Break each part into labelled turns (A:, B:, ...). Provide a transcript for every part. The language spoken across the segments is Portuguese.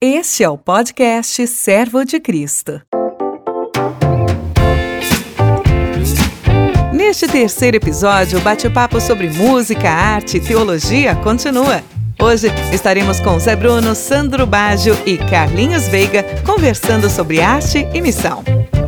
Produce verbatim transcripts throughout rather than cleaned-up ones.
A: Este é o podcast Servo de Cristo. Neste terceiro episódio, o bate-papo sobre música, arte e teologia continua. Hoje estaremos com Zé Bruno, Sandro Baggio e Carlinhos Veiga conversando sobre arte e missão.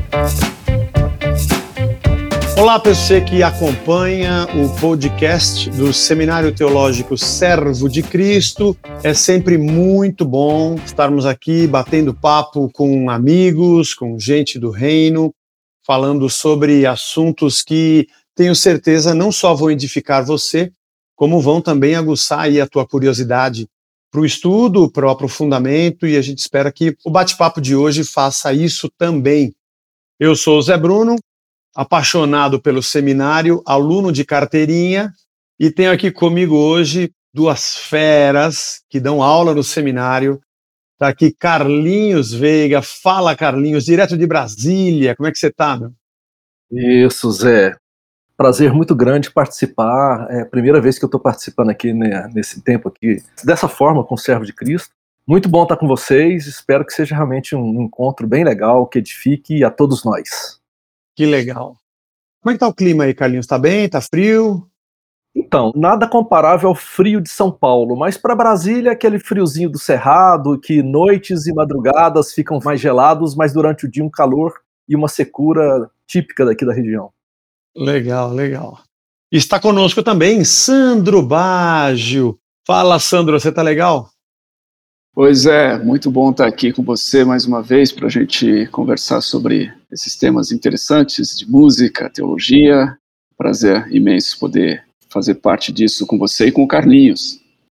B: Olá, você que acompanha o podcast do Seminário Teológico Servo de Cristo. É sempre muito bom estarmos aqui batendo papo com amigos, com gente do reino, falando sobre assuntos que tenho certeza não só vão edificar você, como vão também aguçar aí a tua curiosidade para o estudo, para o aprofundamento, e a gente espera que o bate-papo de hoje faça isso também. Eu sou o Zé Bruno, apaixonado pelo seminário, aluno de carteirinha, e tenho aqui comigo hoje duas feras que dão aula no seminário. Está aqui Carlinhos Veiga. Fala, Carlinhos, direto de Brasília. Como é que você está, meu?
C: Isso, Zé. Prazer muito grande participar. É a primeira vez que eu estou participando aqui, né, nesse tempo aqui, dessa forma, com o Servo de Cristo. Muito bom estar com vocês. Espero que seja realmente um encontro bem legal, que edifique a todos nós.
B: Que legal. Como é que tá o clima aí, Carlinhos? Tá bem? Tá frio?
C: Então, nada comparável ao frio de São Paulo, mas para Brasília, aquele friozinho do Cerrado, que noites e madrugadas ficam mais gelados, mas durante o dia um calor e uma secura típica daqui da região.
B: Legal, legal. Está conosco também Sandro Baggio. Fala, Sandro, você tá legal?
D: Pois é, muito bom estar aqui com você mais uma vez para a gente conversar sobre esses temas interessantes de música, teologia. Prazer imenso poder fazer parte disso com você e com o Carlinhos.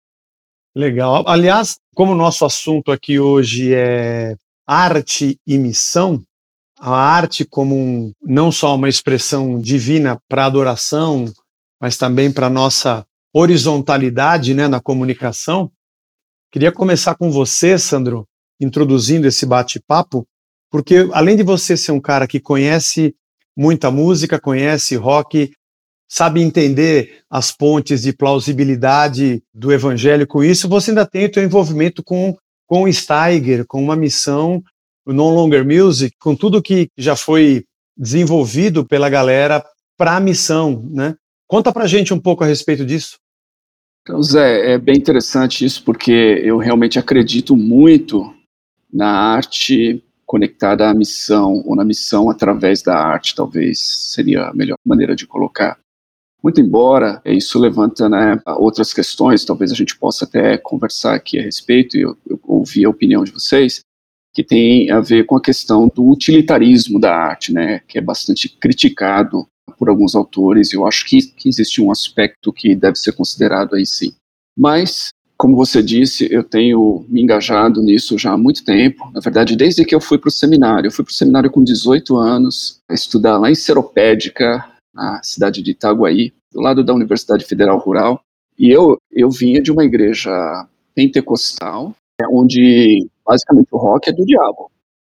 B: Legal. Aliás, como o nosso assunto aqui hoje é arte e missão, a arte como um, não só uma expressão divina para adoração, mas também para nossa horizontalidade, né, na comunicação. Queria começar com você, Sandro, introduzindo esse bate-papo, porque além de você ser um cara que conhece muita música, conhece rock, sabe entender as pontes de plausibilidade do evangelho com isso, você ainda tem o teu envolvimento com, com o Steiger, com uma missão, o No Longer Music, com tudo que já foi desenvolvido pela galera para a missão, né? Conta pra gente um pouco a respeito disso.
D: Então, Zé, é bem interessante isso, porque eu realmente acredito muito na arte conectada à missão, ou na missão através da arte, talvez seria a melhor maneira de colocar. Muito embora isso levanta, né, outras questões, talvez a gente possa até conversar aqui a respeito, e eu, eu ouvi a opinião de vocês, que tem a ver com a questão do utilitarismo da arte, né, que é bastante criticado por alguns autores. Eu acho que, que existe um aspecto que deve ser considerado aí sim. Mas, como você disse, eu tenho me engajado nisso já há muito tempo, na verdade desde que eu fui para o seminário. Eu fui para o seminário com dezoito anos, a estudar lá em Seropédica, na cidade de Itaguaí, do lado da Universidade Federal Rural, e eu, eu vinha de uma igreja pentecostal, onde basicamente o rock é do diabo.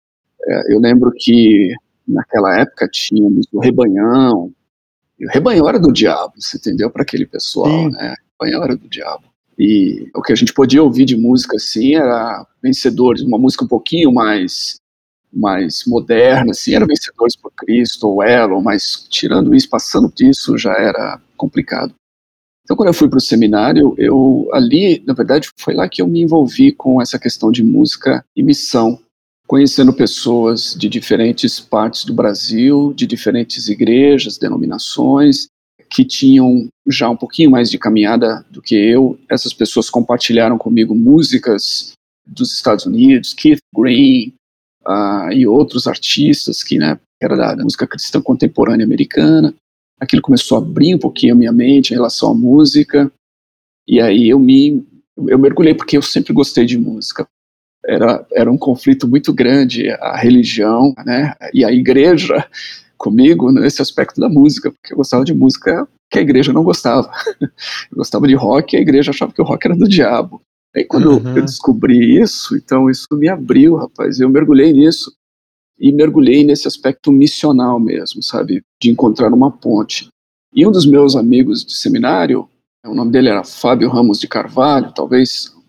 D: É, eu lembro que naquela época tínhamos o Rebanhão, e o Rebanhão era do diabo, você entendeu? Para aquele pessoal,
B: Sim.
D: né? O Rebanhão era do diabo. E o que a gente podia ouvir de música, assim, era Vencedores, uma música um pouquinho mais, mais moderna, assim, era Vencedores por Cristo, ou Elo, mas tirando isso, passando disso, já era complicado. Então, quando eu fui para o seminário, eu ali, na verdade, foi lá que eu me envolvi com essa questão de música e missão, conhecendo pessoas de diferentes partes do Brasil, de diferentes igrejas, denominações, que tinham já um pouquinho mais de caminhada do que eu. Essas pessoas compartilharam comigo músicas dos Estados Unidos, Keith Green, uh, e outros artistas que, né, era da música cristã contemporânea americana. Aquilo começou a abrir um pouquinho a minha mente em relação à música, e aí eu me eu mergulhei, porque eu sempre gostei de música. Era, era um conflito muito grande, a religião, né, e a igreja comigo nesse aspecto da música, porque eu gostava de música que a igreja não gostava. Eu gostava de rock e a igreja achava que o rock era do diabo. Aí quando uhum. eu descobri isso, então isso me abriu, rapaz, eu mergulhei nisso, e mergulhei nesse aspecto missional mesmo, sabe, de encontrar uma ponte. E um dos meus amigos de seminário, o nome dele era Fábio Ramos de Carvalho, talvez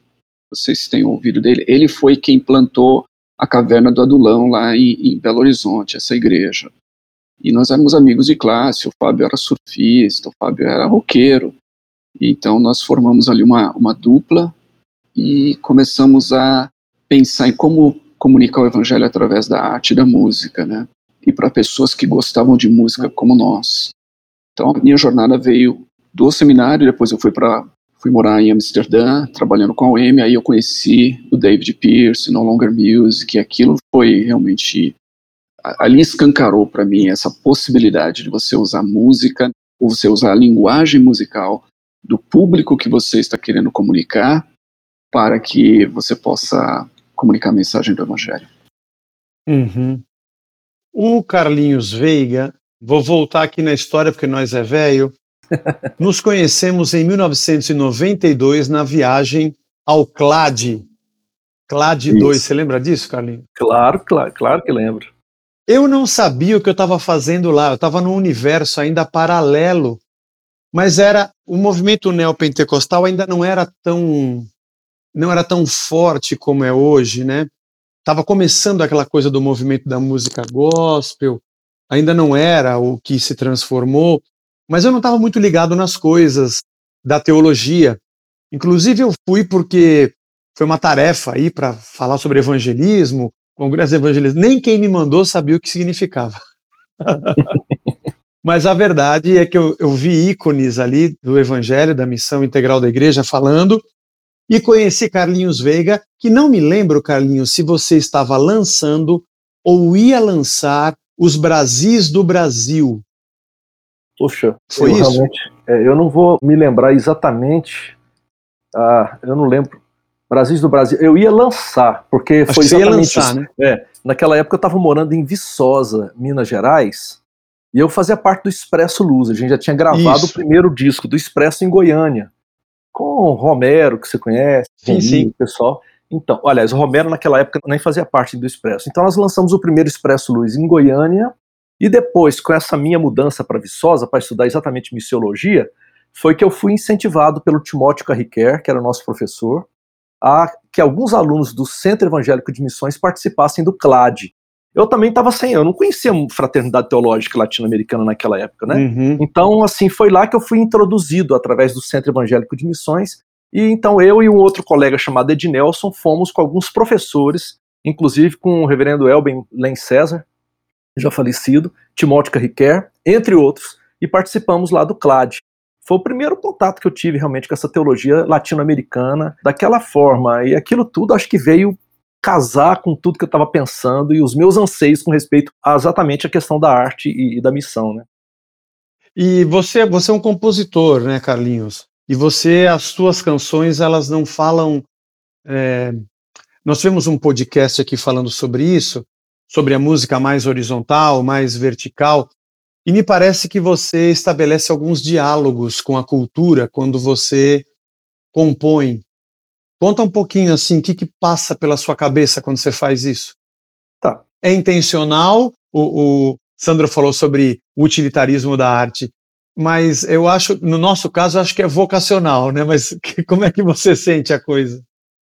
D: vocês têm ouvido dele, ele foi quem plantou a Caverna do Adulão lá em, em Belo Horizonte, essa igreja. E nós éramos amigos de classe, o Fábio era surfista, o Fábio era roqueiro. Então nós formamos ali uma, uma dupla e começamos a pensar em como comunicar o evangelho através da arte e da música, né? E para pessoas que gostavam de música como nós. Então a minha jornada veio do seminário, depois eu fui para fui morar em Amsterdã, trabalhando com a O M, aí eu conheci o David Pierce, No Longer Music, e aquilo foi realmente, ali escancarou para mim essa possibilidade de você usar música, ou você usar a linguagem musical do público que você está querendo comunicar, para que você possa comunicar a mensagem do evangelho.
B: Uhum. O Carlinhos Veiga, vou voltar aqui na história porque nós é velho, nos conhecemos em mil novecentos e noventa e dois na viagem ao C L A D. C L A D dois, você lembra disso, Carlinhos?
C: Claro, claro, claro que lembro.
B: Eu não sabia o que eu estava fazendo lá, eu estava num universo ainda paralelo, mas era, o movimento neopentecostal ainda não era tão, não era tão forte como é hoje, né? Estava começando aquela coisa do movimento da música gospel, ainda não era o que se transformou, mas eu não estava muito ligado nas coisas da teologia. Inclusive eu fui porque foi uma tarefa aí para falar sobre evangelismo, congresso de evangelismo, nem quem me mandou sabia o que significava. Mas a verdade é que eu, eu vi ícones ali do evangelho, da missão integral da igreja falando, e conheci Carlinhos Veiga, que não me lembro, Carlinhos, se você estava lançando ou ia lançar os Brasis do Brasil.
C: Poxa,
B: foi
C: eu
B: isso?
C: Realmente, é, eu não vou me lembrar exatamente, ah, eu não lembro, Brasis do Brasil, eu ia lançar, porque
B: Acho
C: foi
B: que você ia
C: exatamente
B: lançar,
C: isso.
B: né?
C: É, naquela época eu estava morando em Viçosa, Minas Gerais, e eu fazia parte do Expresso Luz, a gente já tinha gravado
B: Isso.
C: o primeiro disco do Expresso em Goiânia, com o Romero, que você conhece,
B: Sim, sim.
C: o pessoal. Então, aliás, o Romero naquela época nem fazia parte do Expresso. Então nós lançamos o primeiro Expresso Luz em Goiânia, e depois, com essa minha mudança para Viçosa, para estudar exatamente missiologia, foi que eu fui incentivado pelo Timóteo Carriquer, que era o nosso professor, a que alguns alunos do Centro Evangélico de Missões participassem do C L A D. Eu também estava sem, eu não conhecia a Fraternidade Teológica Latino-Americana naquela época, né?
B: Uhum.
C: Então, assim, foi lá que eu fui introduzido através do Centro Evangélico de Missões, e então eu e um outro colega chamado Ednelson fomos com alguns professores, inclusive com o reverendo Elben Len César, já falecido, Timóteo Carriquer, entre outros, e participamos lá do C L A D. Foi o primeiro contato que eu tive realmente com essa teologia latino-americana, daquela forma, e aquilo tudo acho que veio casar com tudo que eu estava pensando e os meus anseios com respeito a exatamente a questão da arte e, e da missão, né?
B: E você, você é um compositor, né, Carlinhos? E você, as suas canções, elas não falam... É... Nós tivemos um podcast aqui falando sobre isso, sobre a música mais horizontal, mais vertical, e me parece que você estabelece alguns diálogos com a cultura quando você compõe. Conta um pouquinho, assim, o que, que passa pela sua cabeça quando você faz isso?
C: Tá.
B: É intencional? O, o Sandro falou sobre o utilitarismo da arte, mas eu acho, no nosso caso, acho que é vocacional, né? Mas que, como é que você sente a coisa?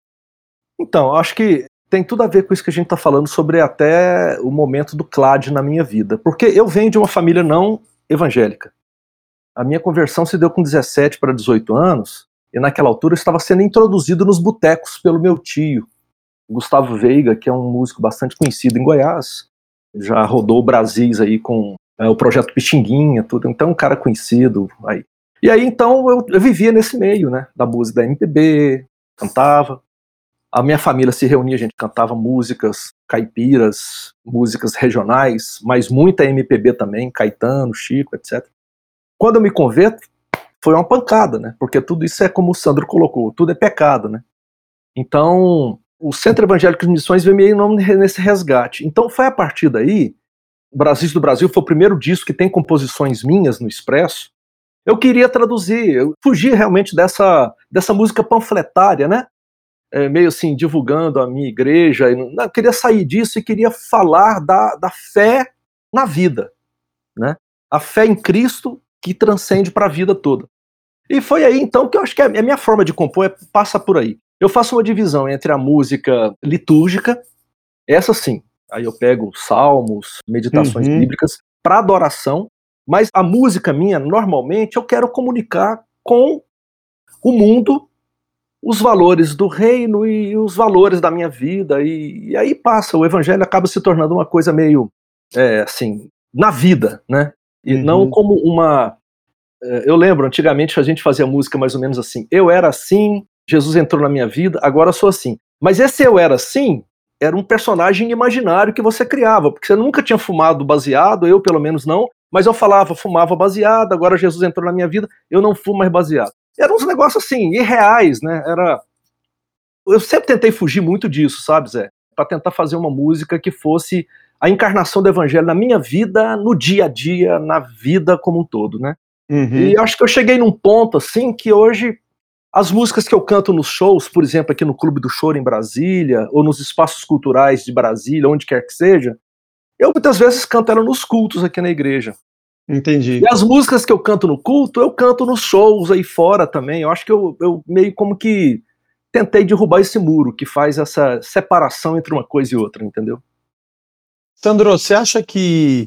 C: Então, acho que tem tudo a ver com isso que a gente está falando sobre até o momento do C L A D na minha vida, porque eu venho de uma família não evangélica. A minha conversão se deu com dezessete para dezoito anos, e naquela altura eu estava sendo introduzido nos botecos pelo meu tio, Gustavo Veiga, que é um músico bastante conhecido em Goiás, já rodou o Brasis aí com é, o projeto Pixinguinha, tudo, então um cara conhecido aí. E aí então eu, eu vivia nesse meio, né, da música da M P B, cantava. A minha família se reunia, a gente cantava músicas caipiras, músicas regionais, mas muita M P B também, Caetano, Chico, etcétera. Quando eu me converto, foi uma pancada, né? Porque tudo isso é como o Sandro colocou, tudo é pecado, né? Então, o Centro Evangélico de Missões veio meio nesse resgate. Então, foi a partir daí, Brasis do Brasil foi o primeiro disco que tem composições minhas no Expresso. Eu queria traduzir, eu fugi realmente dessa, dessa música panfletária, né? É, meio assim, divulgando a minha igreja. Eu queria sair disso e queria falar da, da fé na vida, né? A fé em Cristo que transcende para a vida toda. E foi aí, então, que eu acho que a minha forma de compor é, passa por aí. Eu faço uma divisão entre a música litúrgica, essa sim, aí eu pego salmos, meditações
B: Uhum.
C: bíblicas para adoração, mas a música minha, normalmente, eu quero comunicar com o mundo os valores do reino e os valores da minha vida, e, e aí passa, o evangelho acaba se tornando uma coisa meio, é, assim, na vida, né? E não
B: Uhum.
C: como uma... Eu lembro, antigamente a gente fazia música mais ou menos assim, eu era assim, Jesus entrou na minha vida, agora eu sou assim. Mas esse eu era assim, era um personagem imaginário que você criava, porque você nunca tinha fumado baseado, eu pelo menos não, mas eu falava, fumava baseado, agora Jesus entrou na minha vida, eu não fumo mais baseado. Eram uns negócios assim, irreais, né? Era... Eu sempre tentei fugir muito disso, sabe, Zé? Para tentar fazer uma música que fosse a encarnação do evangelho na minha vida, no dia a dia, na vida como um todo, né?
B: Uhum.
C: E acho que eu cheguei num ponto, assim, que hoje as músicas que eu canto nos shows, por exemplo, aqui no Clube do Choro em Brasília, ou nos espaços culturais de Brasília, onde quer que seja, eu muitas vezes canto ela nos cultos aqui na igreja. E
B: Entendi.
C: as músicas que eu canto no culto, eu canto nos shows aí fora também. Eu acho que eu, eu meio como que tentei derrubar esse muro que faz essa separação entre uma coisa e outra, entendeu?
B: Sandro, você acha que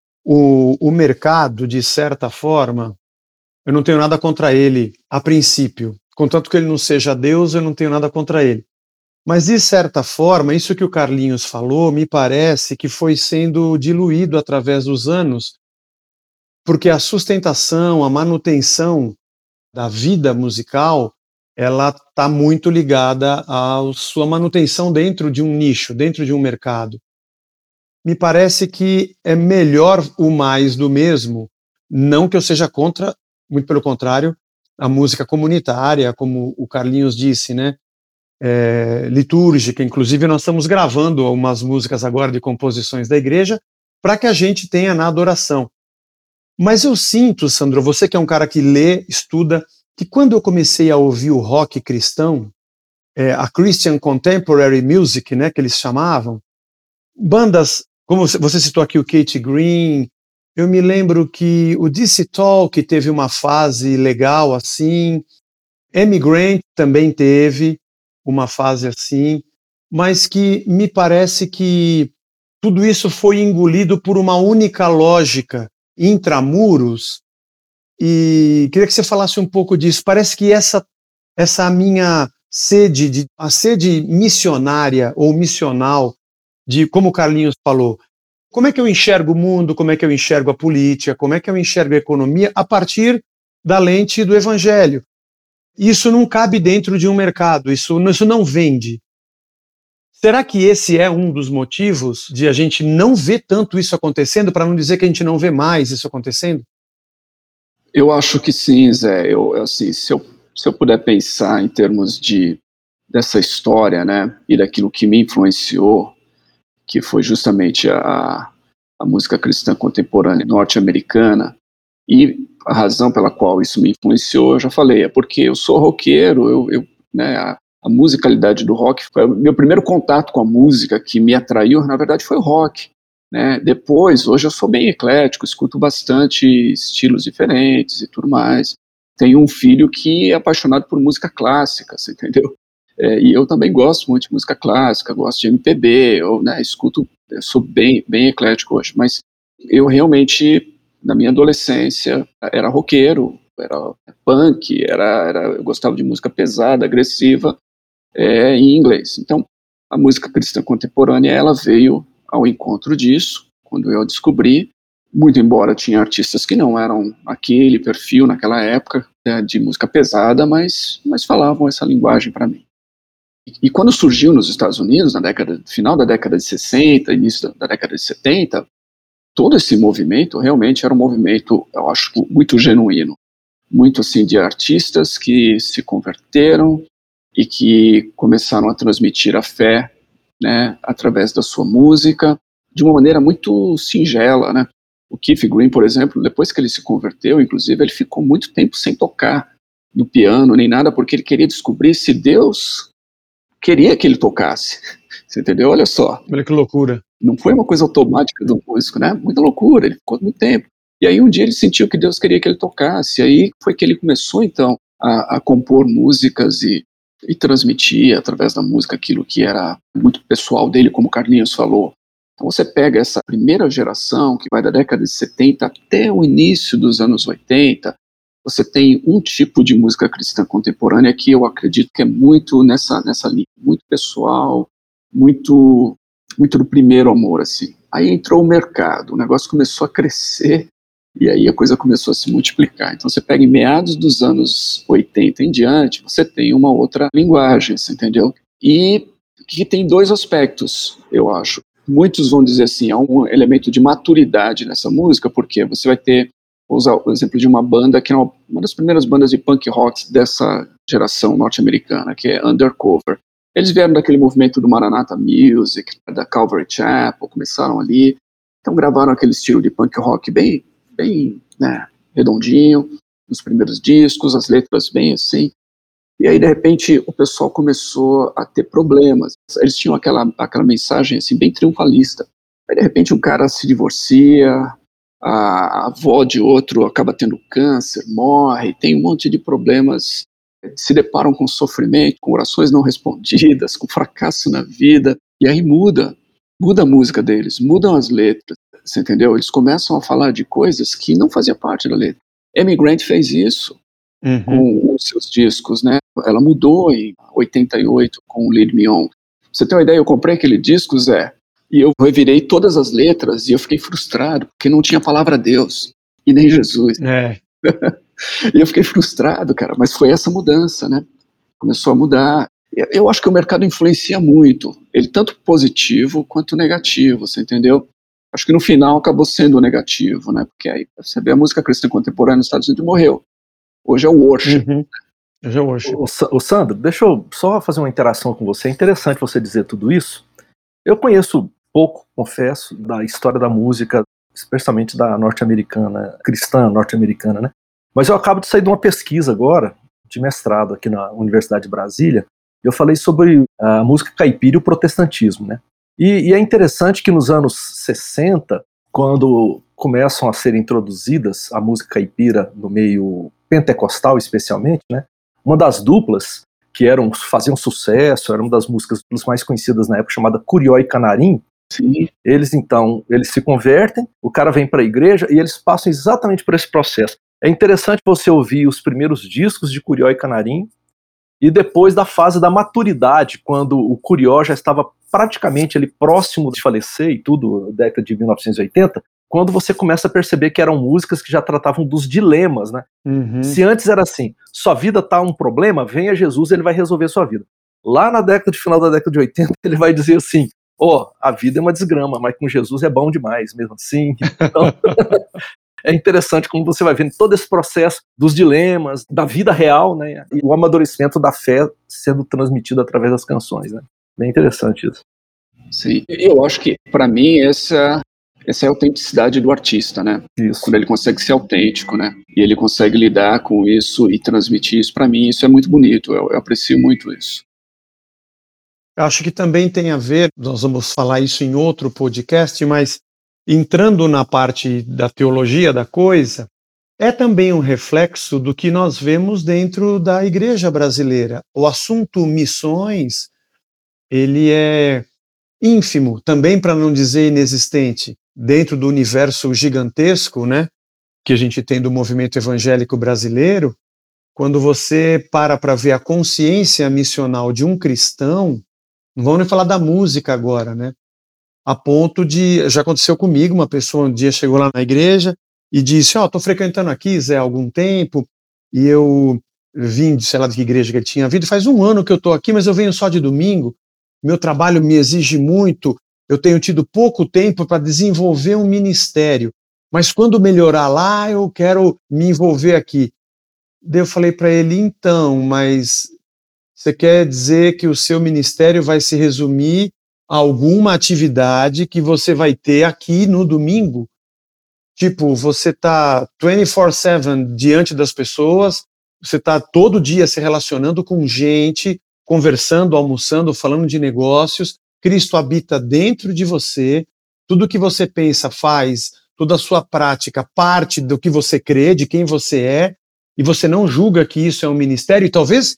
B: o, o mercado, de certa forma, eu não tenho nada contra ele a princípio, contanto que ele não seja Deus, eu não tenho nada contra ele. Mas, de certa forma, isso que o Carlinhos falou, me parece que foi sendo diluído através dos anos, porque a sustentação, a manutenção da vida musical, ela está muito ligada à sua manutenção dentro de um nicho, dentro de um mercado. Me parece que é melhor o mais do mesmo, não que eu seja contra, muito pelo contrário, a música comunitária, como o Carlinhos disse, né? É, litúrgica, inclusive nós estamos gravando umas músicas agora de composições da igreja para que a gente tenha na adoração. Mas eu sinto, Sandro, você que é um cara que lê, estuda, que quando eu comecei a ouvir o rock cristão, é, a Christian Contemporary Music, né, que eles chamavam, bandas, como você citou aqui o Kate Green, eu me lembro que o D C Talk teve uma fase legal assim, Amy Grant também teve uma fase assim, mas que me parece que tudo isso foi engolido por uma única lógica intramuros, e queria que você falasse um pouco disso. Parece que essa, essa minha sede, de, a sede missionária ou missional, de como o Carlinhos falou, como é que eu enxergo o mundo, como é que eu enxergo a política, como é que eu enxergo a economia a partir da lente do evangelho. Isso não cabe dentro de um mercado, isso, isso não vende. Será que esse é um dos motivos de a gente não ver tanto isso acontecendo, para não dizer que a gente não vê mais isso acontecendo?
D: Eu acho que sim, Zé. Eu, assim, se eu, se eu puder pensar em termos de, dessa história, né, e daquilo que me influenciou, que foi justamente a, a música cristã contemporânea norte-americana, e a razão pela qual isso me influenciou, eu já falei, é porque eu sou roqueiro, eu, eu, né, a, a musicalidade do rock, foi o meu primeiro contato com a música que me atraiu, na verdade, foi o rock. Né? Depois, hoje eu sou bem eclético, escuto bastante estilos diferentes e tudo mais. Tenho um filho que é apaixonado por música clássica, você entendeu? É, e eu também gosto muito de música clássica, gosto de M P B, eu né, escuto, eu sou bem, bem eclético hoje, mas eu realmente, na minha adolescência, era roqueiro, era punk, era, era, eu gostava de música pesada, agressiva, é, em inglês. Então, a música cristã contemporânea, ela veio ao encontro disso, quando eu descobri, muito embora tinha artistas que não eram aquele perfil naquela época, né, de música pesada, mas, mas falavam essa linguagem para mim. E, e quando surgiu nos Estados Unidos, na década, final da década de sessenta, início da, da década de setenta, todo esse movimento realmente era um movimento, eu acho, muito genuíno, muito assim de artistas que se converteram e que começaram a transmitir a fé, né, através da sua música, de uma maneira muito singela, né. O Keith Green, por exemplo, depois que ele se converteu, inclusive, ele ficou muito tempo sem tocar no piano, nem nada, porque ele queria descobrir se Deus queria que ele tocasse, você entendeu? Olha só.
B: Olha que loucura.
D: Não foi uma coisa automática do músico, né, muita loucura, ele ficou muito tempo. E aí um dia ele sentiu que Deus queria que ele tocasse, e aí foi que ele começou, então, a, a compor músicas e e transmitia através da música aquilo que era muito pessoal dele, como o Carlinhos falou. Então você pega essa primeira geração, que vai da década de setenta até o início dos anos oitenta, você tem um tipo de música cristã contemporânea que eu acredito que é muito nessa, nessa linha, muito pessoal, muito, muito do primeiro amor, assim. Aí entrou o mercado, o negócio começou a crescer, e aí a coisa começou a se multiplicar. Então você pega em meados dos anos oitenta em diante, você tem uma outra linguagem, você entendeu? E que tem dois aspectos, eu acho. Muitos vão dizer assim, há um elemento de maturidade nessa música, porque você vai ter, vou usar o exemplo de uma banda que é uma, uma das primeiras bandas de punk rock dessa geração norte-americana, que é Undercover. Eles vieram daquele movimento do Maranatha Music, da Calvary Chapel, começaram ali, então gravaram aquele estilo de punk rock bem, bem né, redondinho, nos primeiros discos, as letras bem assim. E aí, de repente, o pessoal começou a ter problemas. Eles tinham aquela, aquela mensagem assim, bem triunfalista. Aí, de repente, um cara se divorcia, a avó de outro acaba tendo câncer, morre, tem um monte de problemas, se deparam com sofrimento, com orações não respondidas, com fracasso na vida, e aí muda, muda a música deles, mudam as letras, você entendeu? Eles começam a falar de coisas que não faziam parte da letra. Amy Grant fez isso uhum. com os seus discos, né? Ela mudou em oitenta e oito com o Lead Me On. Pra você ter uma ideia, eu comprei aquele disco, Zé, e eu revirei todas as letras e eu fiquei frustrado, porque não tinha palavra Deus, e nem Jesus.
B: É.
D: E eu fiquei frustrado, cara, mas foi essa mudança, né? Começou a mudar. Eu acho que o mercado influencia muito, ele tanto positivo quanto negativo, você entendeu? Acho que no final acabou sendo negativo, né? Porque aí você vê a música cristã contemporânea nos Estados Unidos morreu. Hoje é o worship.
B: Uhum. Hoje é o worship.
C: O, o Sandro, deixa eu só fazer uma interação com você. É interessante você dizer tudo isso. Eu conheço pouco, confesso, da história da música, especialmente da norte-americana, cristã norte-americana, né? Mas eu acabo de sair de uma pesquisa agora, de mestrado aqui na Universidade de Brasília, e eu falei sobre a música caipira e o protestantismo, né? E, e é interessante que nos anos sessenta, quando começam a ser introduzidas a música caipira no meio pentecostal especialmente, né? Uma das duplas que eram, faziam sucesso, era uma das músicas mais conhecidas na época, chamada Curió e Canarim. Sim. Eles então, eles se convertem, o cara vem para a igreja e eles passam exatamente por esse processo. É interessante você ouvir os primeiros discos de Curió e Canarim e depois da fase da maturidade, quando o Curió já estava praticamente ali próximo de falecer e tudo, década de mil novecentos e oitenta, quando você começa a perceber que eram músicas que já tratavam dos dilemas, né? Uhum. Se antes era assim, sua vida tá um problema, venha Jesus, ele vai resolver sua vida. Lá na década de final da década de oitenta, ele vai dizer assim, ó, oh, a vida é uma desgrama, mas com Jesus é bom demais, mesmo assim. Então, é interessante como você vai vendo todo esse processo dos dilemas, da vida real, né? E o amadurecimento da fé sendo transmitido através das canções, né? Bem interessante isso.
D: Sim, eu acho que, para mim, essa... Essa é a autenticidade do artista, né? Isso. Quando ele consegue ser autêntico, né? E ele consegue lidar com isso e transmitir isso, para mim, isso é muito bonito, eu, eu aprecio muito isso.
B: Eu acho que também tem a ver, nós vamos falar isso em outro podcast, mas entrando na parte da teologia da coisa, é também um reflexo do que nós vemos dentro da igreja brasileira. O assunto missões, ele é ínfimo, também para não dizer inexistente, dentro do universo gigantesco, né, que a gente tem do movimento evangélico brasileiro. Quando você para para ver a consciência missional de um cristão, não vamos nem falar da música agora, né, a ponto de, já aconteceu comigo, uma pessoa um dia chegou lá na igreja e disse, ó, oh, tô frequentando aqui, Zé, há algum tempo, e eu vim, sei lá de que igreja que ele tinha vindo, faz um ano que eu tô aqui, mas eu venho só de domingo, meu trabalho me exige muito, eu tenho tido pouco tempo para desenvolver um ministério, mas quando melhorar lá, eu quero me envolver aqui. Daí eu falei para ele, então, mas você quer dizer que o seu ministério vai se resumir a alguma atividade que você vai ter aqui no domingo? Tipo, você está vinte e quatro sete diante das pessoas, você está todo dia se relacionando com gente, conversando, almoçando, falando de negócios, Cristo habita dentro de você, tudo que você pensa, faz, toda a sua prática parte do que você crê, de quem você é, e você não julga que isso é um ministério, e talvez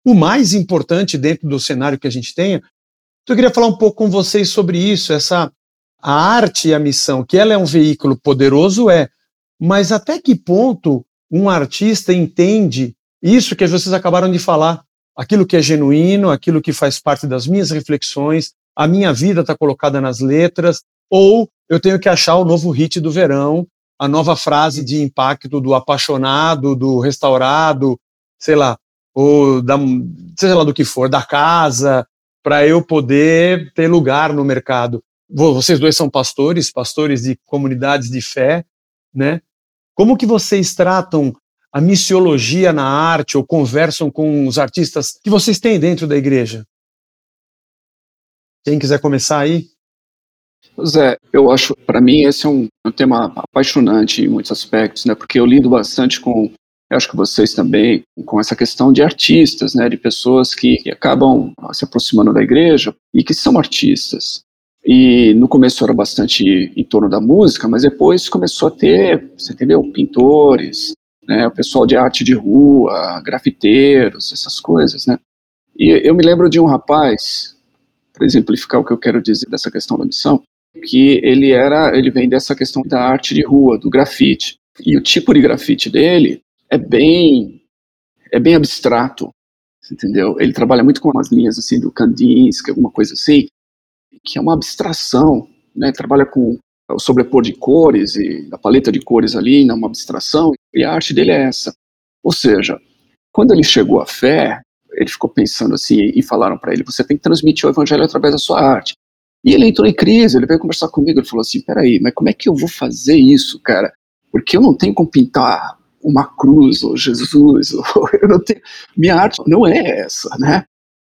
B: o mais importante dentro do cenário que a gente tenha. Então eu queria falar um pouco com vocês sobre isso, essa a arte e a missão, que ela é um veículo poderoso, é, mas até que ponto um artista entende isso que vocês acabaram de falar, aquilo que é genuíno, aquilo que faz parte das minhas reflexões, a minha vida está colocada nas letras, ou eu tenho que achar o novo hit do verão, a nova frase de impacto do apaixonado, do restaurado, sei lá, ou da, seja lá do que for, da casa, para eu poder ter lugar no mercado. Vocês dois são pastores, pastores de comunidades de fé, né? Como que vocês tratam a missiologia na arte ou conversam com os artistas que vocês têm dentro da igreja? Quem quiser começar aí?
D: Zé, eu acho, para mim, esse é um, um tema apaixonante em muitos aspectos, né? Porque eu lido bastante com, eu acho que vocês também, com essa questão de artistas, né? De pessoas que, que acabam se aproximando da igreja e que são artistas. E no começo era bastante em torno da música, mas depois começou a ter, você entendeu, pintores, né, o pessoal de arte de rua, grafiteiros, essas coisas, né. E eu me lembro de um rapaz, para exemplificar o que eu quero dizer dessa questão da missão, que ele era, ele vem dessa questão da arte de rua, do grafite. E o tipo de grafite dele é bem, é bem abstrato, entendeu? Ele trabalha muito com umas linhas assim do Kandinsky, alguma coisa assim, que é uma abstração, né? Trabalha com o sobrepor de cores e a paleta de cores ali, né? Uma abstração, e a arte dele é essa. Ou seja, quando ele chegou à fé, ele ficou pensando assim, e falaram para ele, você tem que transmitir o evangelho através da sua arte. E ele entrou em crise, ele veio conversar comigo, ele falou assim, peraí, mas como é que eu vou fazer isso, cara? Porque eu não tenho como pintar uma cruz, ou Jesus, ou eu não tenho, minha arte não é essa, né?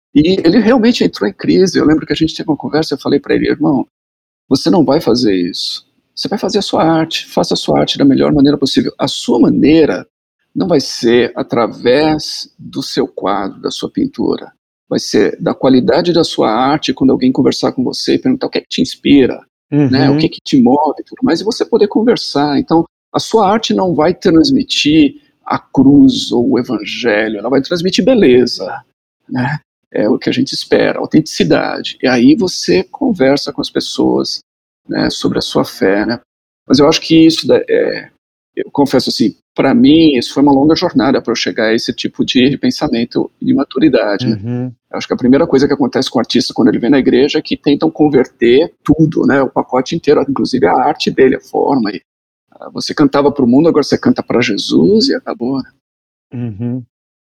D: E ele realmente entrou em crise. Eu lembro que a gente teve uma conversa, eu falei para ele, irmão, você não vai fazer isso. Você vai fazer a sua arte, faça a sua arte da melhor maneira possível. A sua maneira não vai ser através do seu quadro, da sua pintura. Vai ser da qualidade da sua arte quando alguém conversar com você e perguntar o que é que te inspira, uhum. né, o que é que te move, tudo mais, e você poder conversar. Então, a sua arte não vai transmitir a cruz ou o evangelho, ela vai transmitir beleza, né? É o que a gente espera, autenticidade. E aí você conversa com as pessoas, né, sobre a sua fé, né? Mas eu acho que isso, é, eu confesso assim, para mim, isso foi uma longa jornada para eu chegar a esse tipo de pensamento e de maturidade. Uhum. Né? Eu acho que a primeira coisa que acontece com o artista quando ele vem na igreja é que tentam converter tudo, né, o pacote inteiro, inclusive a arte dele, a forma. E, uh, você cantava para o mundo, agora você canta para Jesus e acabou. Né?
C: Uhum.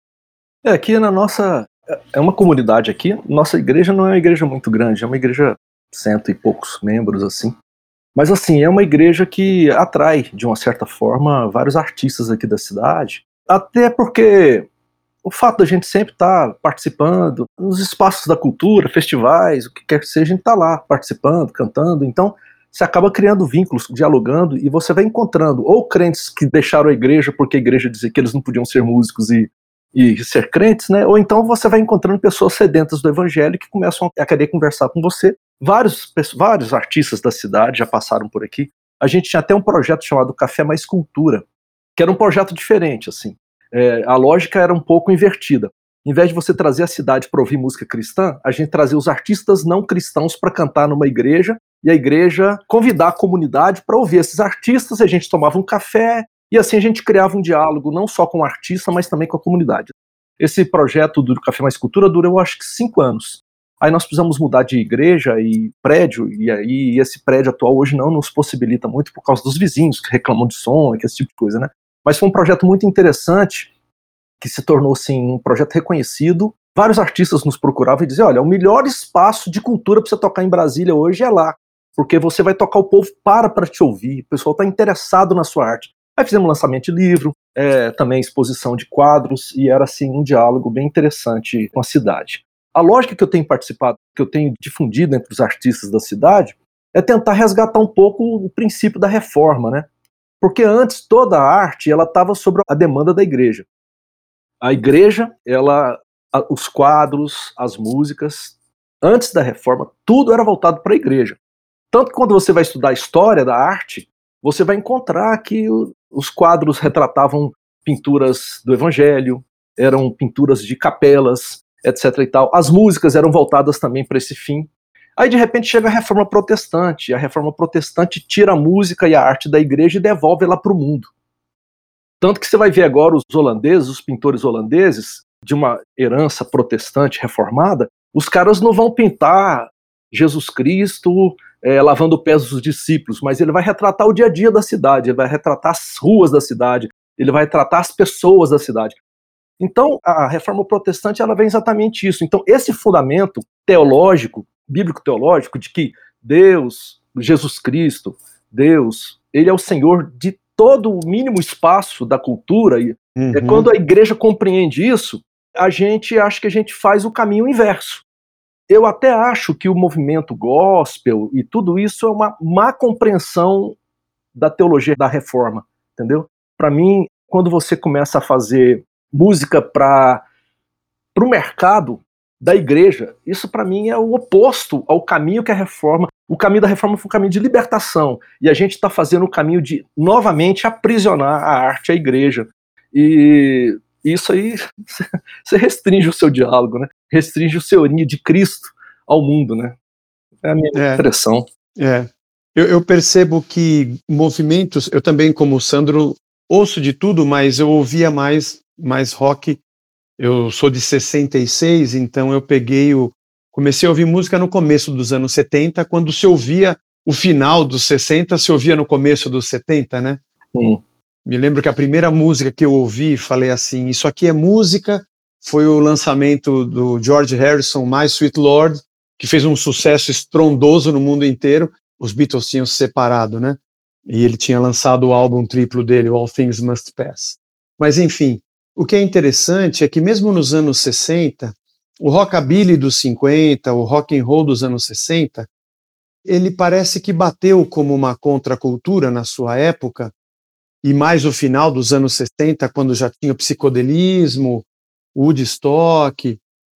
C: É, aqui na nossa... É uma comunidade aqui, nossa igreja não é uma igreja muito grande, é uma igreja cento e poucos membros, assim. Mas, assim, é uma igreja que atrai, de uma certa forma, vários artistas aqui da cidade, até porque o fato da gente sempre estar participando nos espaços da cultura, festivais, o que quer que seja, a gente está lá participando, cantando, então você acaba criando vínculos, dialogando, e você vai encontrando ou crentes que deixaram a igreja porque a igreja dizia que eles não podiam ser músicos e e ser crentes, né? Ou então você vai encontrando pessoas sedentas do evangelho que começam a querer conversar com você. Vários, vários artistas da cidade já passaram por aqui. A gente tinha até um projeto chamado Café Mais Cultura, que era um projeto diferente, assim. É, a lógica era um pouco invertida. Em vez de você trazer a cidade para ouvir música cristã, a gente trazia os artistas não cristãos para cantar numa igreja, e a igreja convidar a comunidade para ouvir esses artistas, a gente tomava um café, e assim a gente criava um diálogo não só com o artista, mas também com a comunidade. Esse projeto do Café Mais Cultura durou, acho que, cinco anos. Aí nós precisamos mudar de igreja e prédio, e aí esse prédio atual hoje não nos possibilita muito por causa dos vizinhos que reclamam de som, esse tipo de coisa, né? Mas foi um projeto muito interessante, que se tornou, assim, um projeto reconhecido. Vários artistas nos procuravam e diziam, olha, o melhor espaço de cultura para você tocar em Brasília hoje é lá, porque você vai tocar, o povo para para te ouvir, o pessoal está interessado na sua arte. Aí fizemos lançamento de livro, é, também exposição de quadros, e era assim um diálogo bem interessante com a cidade. A lógica que eu tenho participado, que eu tenho difundido entre os artistas da cidade, é tentar resgatar um pouco o princípio da reforma, né? Porque antes toda a arte ela estava sobre a demanda da igreja. A igreja, ela, a, os quadros, as músicas, antes da reforma, tudo era voltado para a igreja. Tanto que quando você vai estudar a história da arte, você vai encontrar que o, os quadros retratavam pinturas do evangelho, eram pinturas de capelas, etc e tal. As músicas eram voltadas também para esse fim. Aí, de repente, chega a Reforma Protestante, e a Reforma Protestante tira a música e a arte da igreja e devolve ela para o mundo. Tanto que você vai ver agora os holandeses, os pintores holandeses, de uma herança protestante reformada, os caras não vão pintar Jesus Cristo é, lavando pés dos discípulos, mas ele vai retratar o dia a dia da cidade, ele vai retratar as ruas da cidade, ele vai retratar as pessoas da cidade. Então, a Reforma Protestante, ela vem exatamente isso. Então, esse fundamento teológico, bíblico-teológico, de que Deus, Jesus Cristo, Deus, ele é o Senhor de todo o mínimo espaço da cultura, e uhum. é, quando a igreja compreende isso, a gente acha que a gente faz o caminho inverso. Eu até acho que o movimento gospel e tudo isso é uma má compreensão da teologia da reforma, entendeu? Para mim, quando você começa a fazer música para o mercado da igreja, isso para mim é o oposto ao caminho que a reforma, o caminho da reforma foi um caminho de libertação, e a gente está fazendo o caminho de, novamente, aprisionar a arte à igreja. E isso aí, você restringe o seu diálogo, né? Restringe o seu de Cristo ao mundo, né? É a minha é, impressão.
B: É. Eu, eu percebo que movimentos, eu também, como o Sandro, ouço de tudo, mas eu ouvia mais, mais rock. Eu sou de sessenta e seis, então eu peguei o... Comecei a ouvir música no começo dos anos setenta, quando se ouvia o final dos sessenta, se ouvia no começo dos setenta, né?
C: Hum.
B: Me lembro que a primeira música que eu ouvi, falei assim, isso aqui é música, foi o lançamento do George Harrison, My Sweet Lord, que fez um sucesso estrondoso no mundo inteiro. Os Beatles tinham se separado, né? E ele tinha lançado o álbum triplo dele, All Things Must Pass. Mas enfim, o que é interessante é que mesmo nos anos sessenta, o rockabilly dos cinquenta, o rock and roll dos anos sessenta, ele parece que bateu como uma contracultura na sua época, e mais o final dos anos setenta, quando já tinha o psicodelismo, o Woodstock.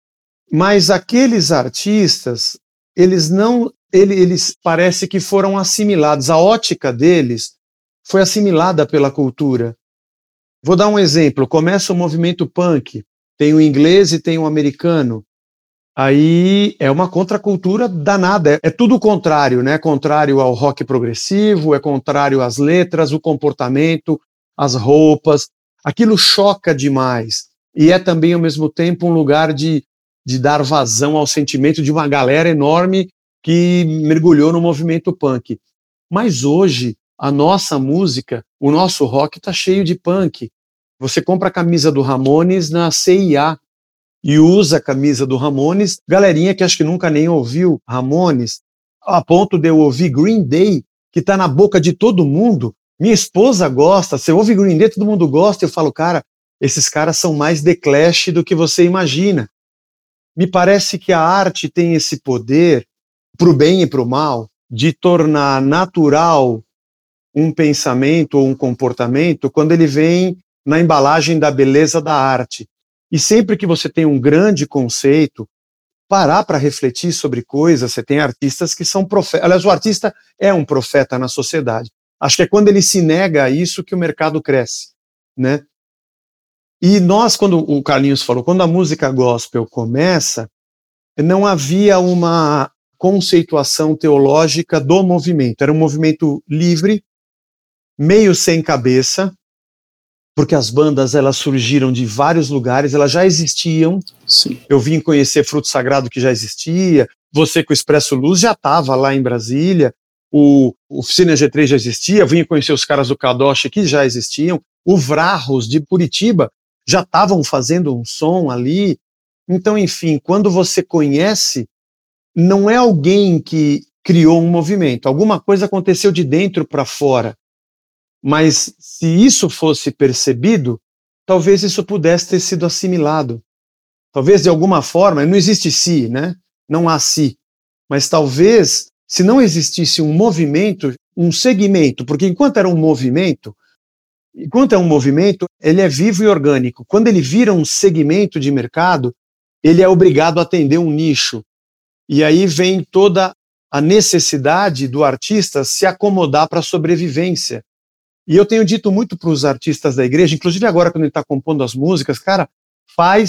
B: Mas aqueles artistas, eles não, ele, eles parece que foram assimilados, a ótica deles foi assimilada pela cultura. Vou dar um exemplo, começa o movimento punk, tem o inglês e tem o americano, aí é uma contracultura danada, é, é tudo o contrário, né? Contrário ao rock progressivo, é contrário às letras, o comportamento, as roupas, aquilo choca demais, e é também ao mesmo tempo um lugar de, de dar vazão ao sentimento de uma galera enorme que mergulhou no movimento punk. Mas hoje, a nossa música, o nosso rock está cheio de punk. Você compra a camisa do Ramones na C e A, e usa a camisa do Ramones, galerinha que acho que nunca nem ouviu Ramones, a ponto de eu ouvir Green Day, que está na boca de todo mundo. Minha esposa gosta, você ouve Green Day, todo mundo gosta, eu falo, cara, esses caras são mais The Clash do que você imagina. Me parece que a arte tem esse poder, para o bem e para o mal, de tornar natural um pensamento ou um comportamento quando ele vem na embalagem da beleza da arte. E sempre que você tem um grande conceito, parar para refletir sobre coisas, você tem artistas que são profetas. Aliás, o artista é um profeta na sociedade. Acho que é quando ele se nega a isso que o mercado cresce, né? E nós, quando o Carlinhos falou, quando a música gospel começa, não havia uma conceituação teológica do movimento. Era um movimento livre, meio sem cabeça, porque as bandas elas surgiram de vários lugares, elas já existiam.
D: Sim.
B: Eu vim conhecer Fruto Sagrado, que já existia, você com o Expresso Luz já estava lá em Brasília, o, o Oficina G três já existia, eu vim conhecer os caras do Kadosh, que já existiam, o Vrarros de Curitiba já estavam fazendo um som ali. Então, enfim, quando você conhece, não é alguém que criou um movimento, alguma coisa aconteceu de dentro para fora. Mas se isso fosse percebido, talvez isso pudesse ter sido assimilado. Talvez de alguma forma, não existe si, né? Não há si. Mas talvez, se não existisse um movimento, um segmento, porque enquanto era um movimento, enquanto é um movimento, ele é vivo e orgânico. Quando ele vira um segmento de mercado, ele é obrigado a atender um nicho. E aí vem toda a necessidade do artista se acomodar para a sobrevivência. E eu tenho dito muito para os artistas da igreja, inclusive agora quando ele está compondo as músicas, cara, faz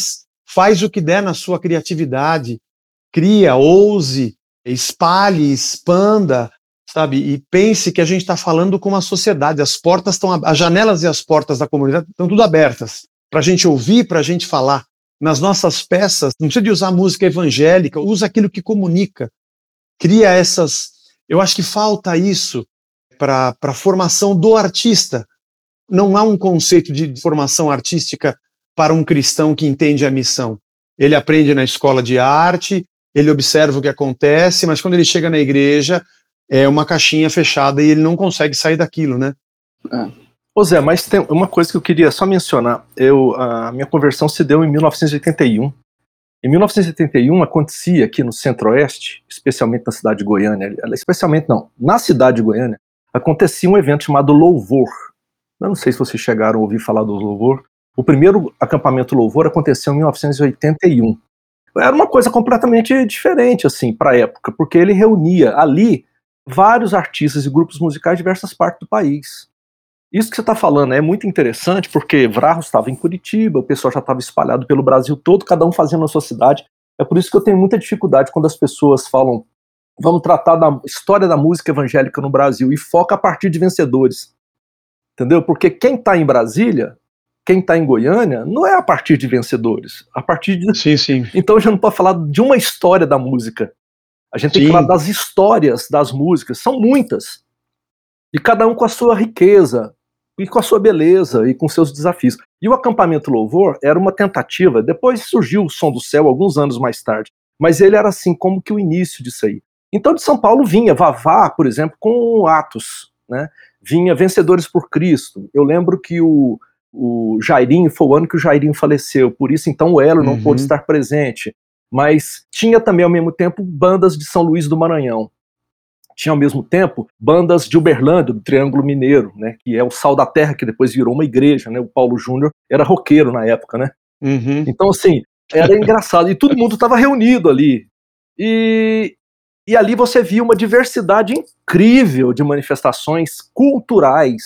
B: faz o que der na sua criatividade, cria, ouse, espalhe, expanda, sabe? E pense que a gente está falando com uma sociedade, as portas estão, as janelas e as portas da comunidade estão tudo abertas, para a gente ouvir, para a gente falar. Nas nossas peças, não precisa de usar música evangélica, usa aquilo que comunica, cria essas... Eu acho que falta isso para a formação do artista. Não há um conceito de formação artística para um cristão que entende a missão. Ele aprende na escola de arte, ele observa o que acontece, mas quando ele chega na igreja, é uma caixinha fechada e ele não consegue sair daquilo, né?
C: É. Ô Zé, mas tem uma coisa que eu queria só mencionar. Eu, a minha conversão se deu em mil novecentos e oitenta e um. Em mil novecentos e oitenta e um acontecia aqui no Centro-Oeste, especialmente na cidade de Goiânia, especialmente não, na cidade de Goiânia, acontecia um evento chamado Louvor. Eu não sei se vocês chegaram a ouvir falar do Louvor. O primeiro acampamento Louvor aconteceu em mil novecentos e oitenta e um. Era uma coisa completamente diferente, assim, para a época, porque ele reunia ali vários artistas e grupos musicais de diversas partes do país. Isso que você está falando é muito interessante, porque Vrarros estava em Curitiba, o pessoal já estava espalhado pelo Brasil todo, cada um fazendo a sua cidade. É por isso que eu tenho muita dificuldade quando as pessoas falam, vamos tratar da história da música evangélica no Brasil, e foca a partir de vencedores. Entendeu? Porque quem está em Brasília, quem está em Goiânia, não é a partir de vencedores. A partir de...
B: Sim, sim.
C: Então a gente não pode falar de uma história da música. A gente tem
B: Sim.
C: que falar das histórias das músicas. São muitas. E cada um com a sua riqueza, e com a sua beleza, e com seus desafios. E o Acampamento Louvor era uma tentativa, depois surgiu o Som do Céu, alguns anos mais tarde, mas ele era assim, como que o início disso aí. Então de São Paulo vinha Vavá, por exemplo, com Atos, né? Vinha Vencedores por Cristo. Eu lembro que o, o Jairinho, foi o ano que o Jairinho faleceu, por isso então o Elo não
B: Uhum.
C: pôde estar presente. Mas tinha também ao mesmo tempo bandas de São Luís do Maranhão. Tinha ao mesmo tempo bandas de Uberlândia, do Triângulo Mineiro, né, que é o Sal da Terra, que depois virou uma igreja, né, o Paulo Júnior era roqueiro na época, né.
B: Uhum.
C: Então assim, era engraçado, e todo mundo estava reunido ali, e, e ali você via uma diversidade incrível de manifestações culturais,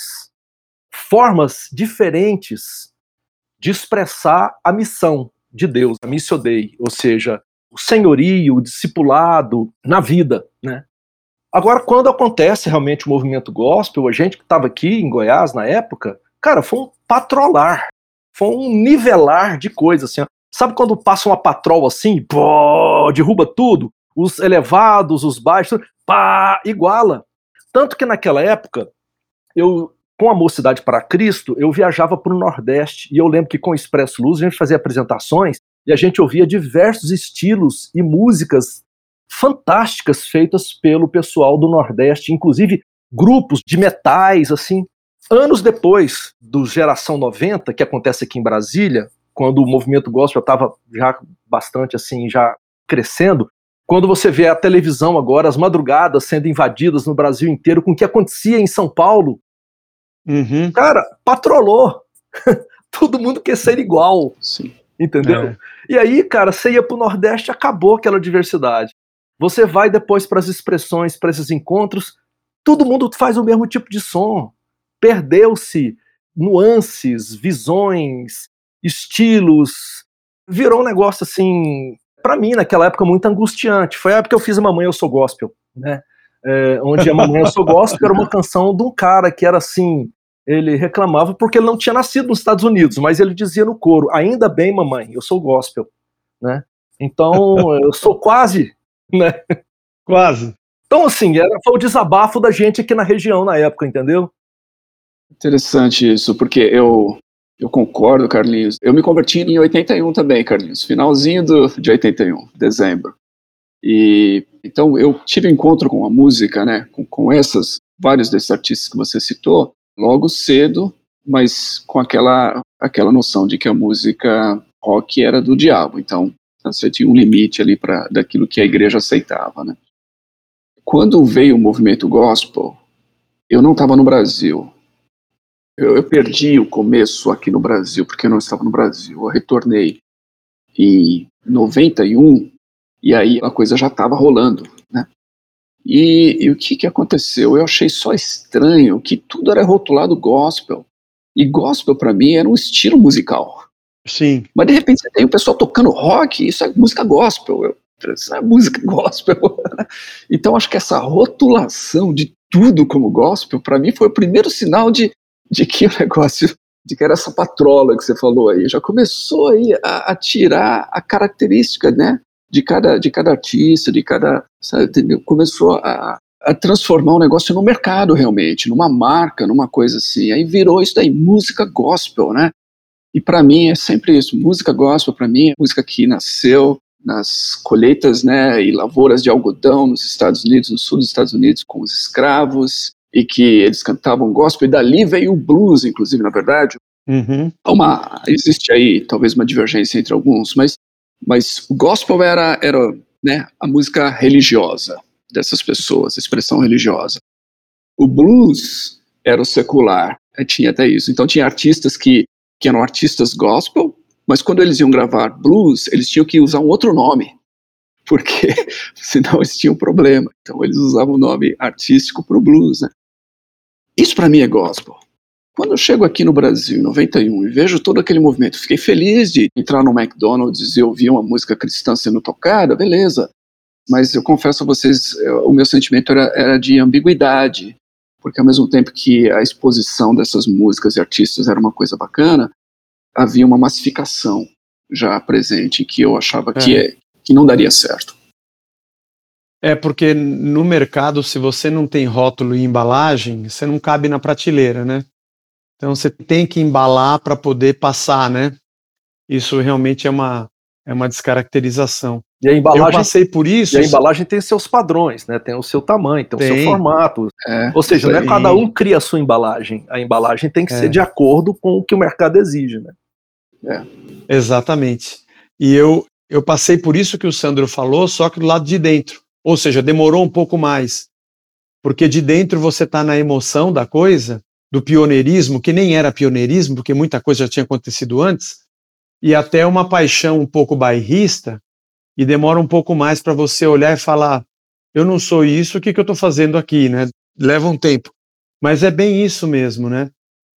C: formas diferentes de expressar a missão de Deus, a Missio Dei, ou seja, o senhorio, o discipulado na vida, né. Agora, quando acontece realmente o movimento gospel, a gente que estava aqui em Goiás na época, cara, foi um patrolar, foi um nivelar de coisas, assim, ó. Sabe quando passa uma patrol assim, pô, derruba tudo, os elevados, os baixos, pá, iguala. Tanto que naquela época, eu, com a Mocidade para Cristo, eu viajava para o Nordeste, e eu lembro que com o Expresso Luz a gente fazia apresentações, e a gente ouvia diversos estilos e músicas fantásticas feitas pelo pessoal do Nordeste, inclusive grupos de metais, assim. Anos depois do Geração noventa, que acontece aqui em Brasília, quando o movimento gospel estava já bastante assim, já crescendo, quando você vê a televisão agora, as madrugadas sendo invadidas no Brasil inteiro com o que acontecia em São Paulo,
B: Uhum.
C: cara, patrolou. Todo mundo quer ser igual.
D: Sim.
C: Entendeu?
B: É.
C: E aí, cara, você ia pro Nordeste, acabou aquela diversidade. Você vai depois para as expressões, para esses encontros, todo mundo faz o mesmo tipo de som. Perdeu-se nuances, visões, estilos. Virou um negócio assim, para mim, naquela época, muito angustiante. Foi a época que eu fiz a Mamãe Eu Sou Gospel, né? É, onde a Mamãe Eu Sou Gospel era uma canção de um cara que era assim, ele reclamava porque ele não tinha nascido nos Estados Unidos, mas ele dizia no coro, ainda bem, mamãe, eu sou gospel, né? Então, eu sou quase, né?
B: Quase.
C: Então, assim, era, foi o desabafo da gente aqui na região na época, entendeu?
D: Interessante isso, porque eu, eu concordo, Carlinhos. Eu me converti em oitenta e um também, Carlinhos, finalzinho do, de oitenta e um, dezembro. E então eu tive encontro com a música, né, com, com essas, vários desses artistas que você citou, logo cedo, mas com aquela, aquela noção de que a música rock era do diabo, então você tinha um limite ali para daquilo que a igreja aceitava, né. Quando veio o movimento gospel, eu não estava no Brasil. Eu, eu perdi o começo aqui no Brasil, porque eu não estava no Brasil. Eu retornei em noventa e um, e aí a coisa já estava rolando, né? E, e o que, que aconteceu? Eu achei só estranho que tudo era rotulado gospel. E gospel, para mim, era um estilo musical.
B: Sim.
D: Mas de repente você tem o pessoal tocando rock, isso é música gospel, eu, isso é música gospel. Então acho que essa rotulação de tudo como gospel, para mim foi o primeiro sinal de, de que o negócio, de que era essa patrola que você falou aí, já começou aí a, a tirar a característica, né, de cada, de cada artista, de cada, sabe, entendeu? Começou a, a transformar o negócio no mercado realmente, numa marca, numa coisa assim, aí virou isso daí, música gospel, né? E para mim é sempre isso, música gospel para mim é música que nasceu nas colheitas, né, e lavouras de algodão nos Estados Unidos, no sul dos Estados Unidos, com os escravos, e que eles cantavam gospel, e dali veio o blues, inclusive, na verdade.
B: Uhum.
D: Uma, existe aí talvez uma divergência entre alguns, mas, mas o gospel era, era, né, a música religiosa dessas pessoas, a expressão religiosa. O blues era o secular, tinha até isso. Então tinha artistas que, que eram artistas gospel, mas quando eles iam gravar blues, eles tinham que usar um outro nome, porque senão eles tinham problema. Então eles usavam o nome artístico para o blues, né? Isso para mim é gospel. Quando eu chego aqui no Brasil, em noventa e um, e vejo todo aquele movimento, fiquei feliz de entrar no McDonald's e ouvir uma música cristã sendo tocada, beleza. Mas eu confesso a vocês, o meu sentimento era, era de ambiguidade, porque ao mesmo tempo que a exposição dessas músicas e artistas era uma coisa bacana, havia uma massificação já presente que eu achava é. que, é, que não daria certo.
B: É porque no mercado, se você não tem rótulo e embalagem, você não cabe na prateleira, né? Então você tem que embalar para poder passar, né? Isso realmente é uma, é uma descaracterização.
C: E a embalagem,
B: eu passei por isso.
C: E a embalagem tem seus padrões, né? Tem o seu tamanho, tem, tem. o seu formato.
D: É,
C: Ou seja, não é cada um cria a sua embalagem. A embalagem tem que é. ser de acordo com o que o mercado exige, né?
B: É. Exatamente. E eu, eu passei por isso que o Sandro falou, só que do lado de dentro. Ou seja, demorou um pouco mais. Porque de dentro você está na emoção da coisa, do pioneirismo, que nem era pioneirismo, porque muita coisa já tinha acontecido antes, e até uma paixão um pouco bairrista, e demora um pouco mais para você olhar e falar, eu não sou isso, o que, que eu estou fazendo aqui, né? Leva um tempo. Mas é bem isso mesmo, né?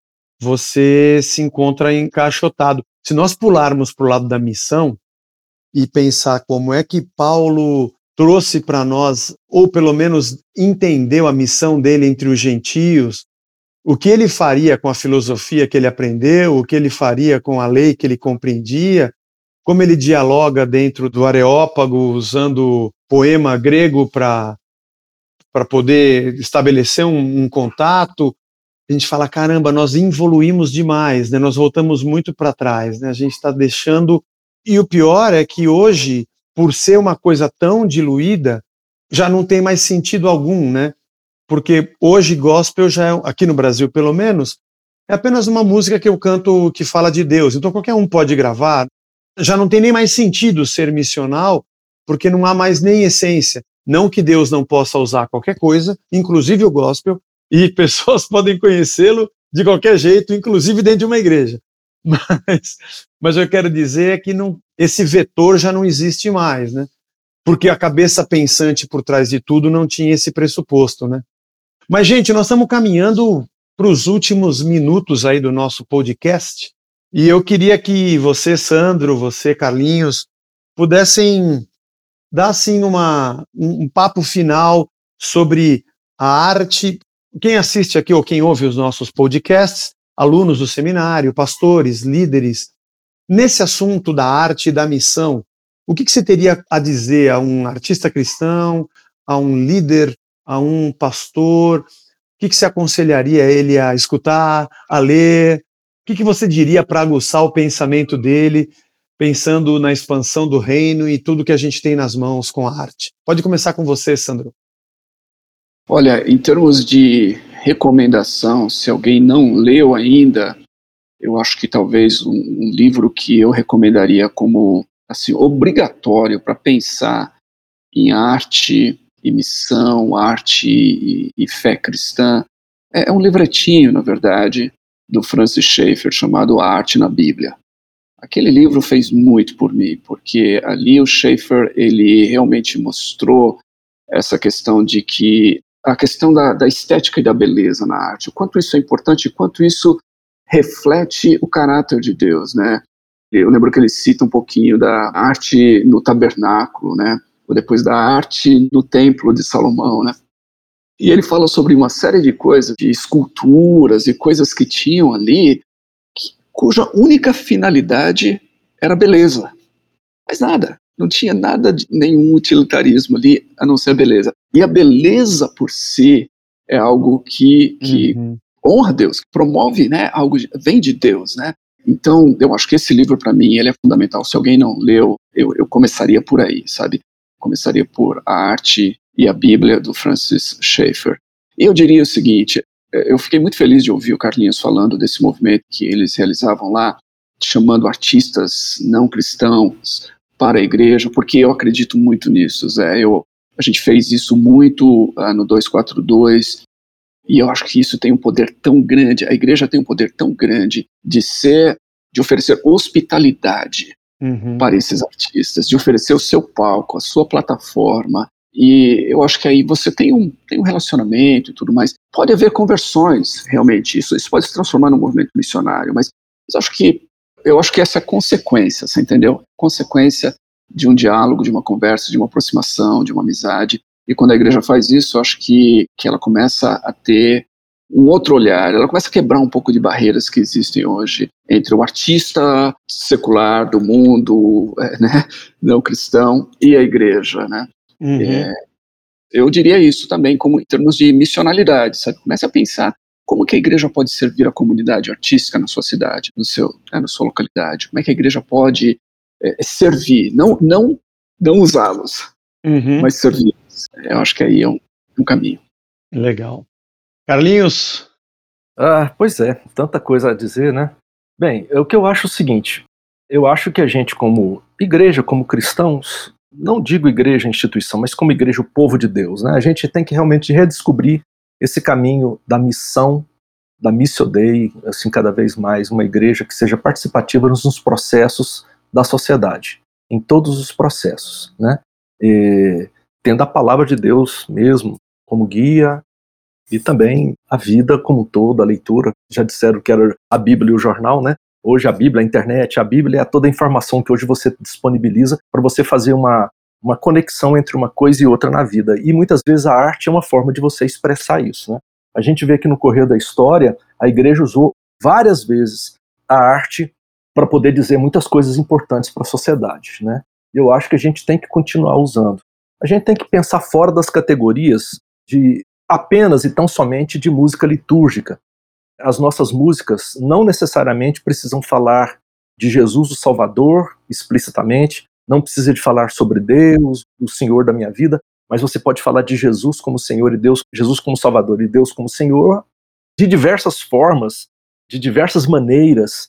B: Você se encontra encaixotado. Se nós pularmos para o lado da missão e pensar como é que Paulo trouxe para nós, ou pelo menos entendeu a missão dele entre os gentios, o que ele faria com a filosofia que ele aprendeu, o que ele faria com a lei que ele compreendia, como ele dialoga dentro do Areópago, usando poema grego para para poder estabelecer um, um contato, a gente fala, caramba, nós evoluímos demais, né? Nós voltamos muito para trás, né? A gente está deixando... E o pior é que hoje, por ser uma coisa tão diluída, já não tem mais sentido algum, né? Porque hoje gospel já é, aqui no Brasil pelo menos, é apenas uma música que eu canto que fala de Deus, então qualquer um pode gravar, já não tem nem mais sentido ser missional, porque não há mais nem essência. Não que Deus não possa usar qualquer coisa, inclusive o gospel, e pessoas podem conhecê-lo de qualquer jeito, inclusive dentro de uma igreja. Mas, mas eu quero dizer é que não, esse vetor já não existe mais, né? Porque a cabeça pensante por trás de tudo não tinha esse pressuposto, né? Mas, gente, nós estamos caminhando para os últimos minutos aí do nosso podcast, e eu queria que você, Sandro, você, Carlinhos, pudessem dar, assim, uma, um, um papo final sobre a arte. Quem assiste aqui ou quem ouve os nossos podcasts, alunos do seminário, pastores, líderes, nesse assunto da arte e da missão, o que, que você teria a dizer a um artista cristão, a um líder, a um pastor? O que, que você aconselharia ele a escutar, a ler? O que, que você diria para aguçar o pensamento dele, pensando na expansão do reino e tudo que a gente tem nas mãos com a arte? Pode começar com você, Sandro.
D: Olha, em termos de recomendação, se alguém não leu ainda, eu acho que talvez um, um livro que eu recomendaria como assim, obrigatório para pensar em arte e missão, arte e, e fé cristã, é, é um livretinho, na verdade, do Francis Schaeffer, chamado A Arte na Bíblia. Aquele livro fez muito por mim, porque ali o Schaeffer, ele realmente mostrou essa questão de que, a questão da, da estética e da beleza na arte, o quanto isso é importante, o quanto isso reflete o caráter de Deus, né? Eu lembro que ele cita um pouquinho da arte no tabernáculo, né? Ou depois da arte no templo de Salomão, né? E ele fala sobre uma série de coisas, de esculturas e coisas que tinham ali, que, cuja única finalidade era beleza. Mas nada, não tinha nada de nenhum utilitarismo ali, a não ser a beleza. E a beleza por si é algo que, que uhum. honra Deus, que promove, né, algo, vem de Deus, né? Então, eu acho que esse livro, para mim, ele é fundamental. Se alguém não leu, eu, eu começaria por aí, sabe? Começaria por A Arte e a Bíblia, do Francis Schaeffer. E eu diria o seguinte, eu fiquei muito feliz de ouvir o Carlinhos falando desse movimento que eles realizavam lá, chamando artistas não cristãos para a igreja, porque eu acredito muito nisso, Zé. Eu, a gente fez isso muito uh, no dois quatro dois, e eu acho que isso tem um poder tão grande, a igreja tem um poder tão grande de ser, de oferecer hospitalidade uhum. para esses artistas, de oferecer o seu palco, a sua plataforma, e eu acho que aí você tem um, tem um relacionamento e tudo mais. Pode haver conversões, realmente, isso, isso pode se transformar num movimento missionário, mas eu acho que, eu acho que essa é a consequência, você entendeu? Consequência de um diálogo, de uma conversa, de uma aproximação, de uma amizade. E quando a igreja faz isso, eu acho que, que ela começa a ter um outro olhar, ela começa a quebrar um pouco de barreiras que existem hoje entre o artista secular do mundo, é, né, não cristão, e a igreja, né? Uhum. É, eu diria isso também como em termos de missionalidade, sabe? Comece a pensar como que a igreja pode servir a comunidade artística na sua cidade, no seu, né, na sua localidade. Como é que a igreja pode é, servir, não, não, não usá-los, uhum. mas servir. Eu acho que aí é um, um caminho.
B: Legal. Carlinhos?
C: Ah, pois é, tanta coisa a dizer, né? Bem, o que eu acho é o seguinte, eu acho que a gente como igreja, como cristãos, não digo igreja, instituição, mas como igreja, o povo de Deus, né? A gente tem que realmente redescobrir esse caminho da missão, da Missio Dei, assim, cada vez mais, uma igreja que seja participativa nos processos da sociedade, em todos os processos, né? E, tendo a palavra de Deus mesmo como guia, e também a vida como um todo, a leitura. Já disseram que era a Bíblia e o jornal, né? Hoje a Bíblia, a internet, a Bíblia é toda a informação que hoje você disponibiliza para você fazer uma, uma conexão entre uma coisa e outra na vida. E muitas vezes a arte é uma forma de você expressar isso, né? A gente vê que no correr da história, a igreja usou várias vezes a arte para poder dizer muitas coisas importantes para a sociedade, né? Eu acho que a gente tem que continuar usando. A gente tem que pensar fora das categorias de apenas e tão somente de música litúrgica. As nossas músicas não necessariamente precisam falar de Jesus o Salvador explicitamente, não precisa de falar sobre Deus, o Senhor da minha vida, mas você pode falar de Jesus como Senhor e Deus, Jesus como Salvador e Deus como Senhor, de diversas formas, de diversas maneiras,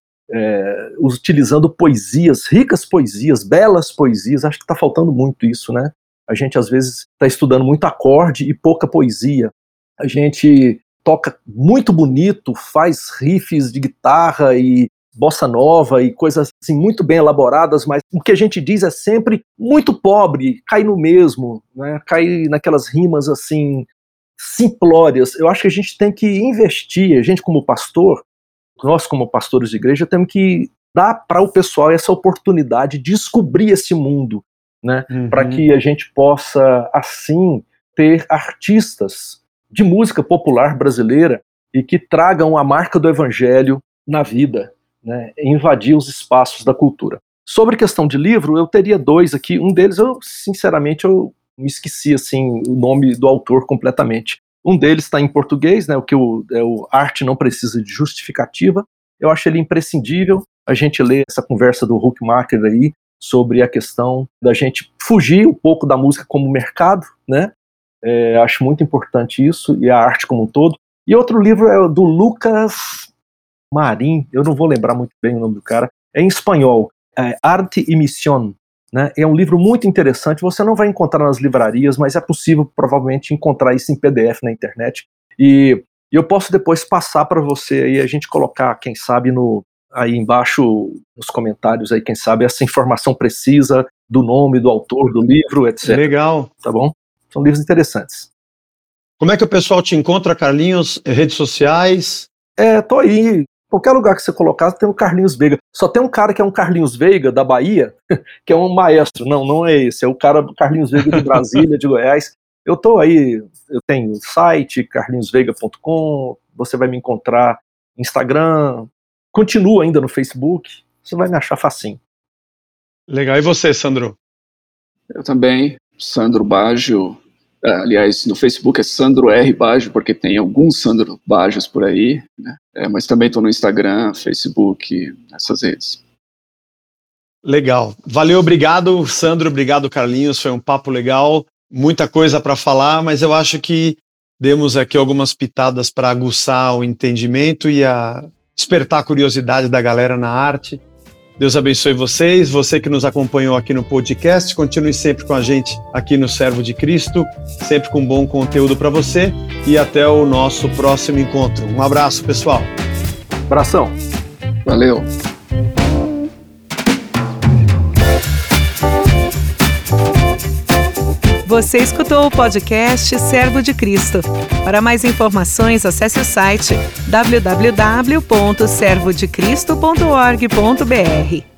C: é, utilizando poesias, ricas poesias, belas poesias. Acho que está faltando muito isso, né? A gente às vezes está estudando muito acorde e pouca poesia. A gente toca muito bonito, faz riffs de guitarra e bossa nova e coisas assim muito bem elaboradas, mas o que a gente diz é sempre muito pobre, cai no mesmo, né? Cai naquelas rimas assim simplórias. Eu acho que a gente tem que investir, a gente como pastor, nós como pastores de igreja, temos que dar para o pessoal essa oportunidade de descobrir esse mundo, né? Uhum. Para que a gente possa assim ter artistas de música popular brasileira e que tragam a marca do evangelho na vida, né, invadir os espaços da cultura. Sobre questão de livro, eu teria dois aqui. Um deles, eu sinceramente, eu me esqueci assim, o nome do autor completamente. Um deles está em português, né, o que o, é o Arte Não Precisa de Justificativa. Eu acho ele imprescindível a gente ler essa conversa do Huckmacher aí sobre a questão da gente fugir um pouco da música como mercado, né? É, acho muito importante isso, e a arte como um todo. E outro livro é do Lucas Marim, eu não vou lembrar muito bem o nome do cara, é em espanhol, é Arte y Misión, né? É um livro muito interessante, você não vai encontrar nas livrarias, mas é possível provavelmente encontrar isso em P D F na internet, e eu posso depois passar para você aí, a gente colocar, quem sabe, no, aí embaixo nos comentários, aí, quem sabe, essa informação precisa do nome, do autor, do livro, etcétera.
B: Legal.
C: Tá bom? São livros interessantes.
B: Como é que o pessoal te encontra, Carlinhos? Redes sociais?
C: É, tô aí Qualquer lugar que você colocar, tem o Carlinhos Veiga. Só tem um cara que é um Carlinhos Veiga, da Bahia, que é um maestro. Não, não é esse. É o cara Carlinhos Veiga de Brasília, de Goiás. Eu tô aí, eu tenho site, carlinhos veiga ponto com, você vai me encontrar no Instagram, continuo ainda no Facebook, você vai me achar facinho.
B: Legal. E você, Sandro?
D: Eu também, Sandro Baggio. Aliás, no Facebook é Sandro R. Baggio, porque tem alguns Sandro Baggios por aí, né? É, mas também estou no Instagram, Facebook, essas redes.
B: Legal. Valeu, obrigado, Sandro, obrigado, Carlinhos, foi um papo legal, muita coisa para falar, mas eu acho que demos aqui algumas pitadas para aguçar o entendimento e a despertar a curiosidade da galera na arte. Deus abençoe vocês, você que nos acompanhou aqui no podcast, continue sempre com a gente aqui no Servo de Cristo, sempre com bom conteúdo para você e até o nosso próximo encontro. Um abraço, pessoal.
C: Abração.
D: Valeu.
A: Você escutou o podcast Servo de Cristo. Para mais informações, acesse o site w w w ponto servo de cristo ponto org ponto b r.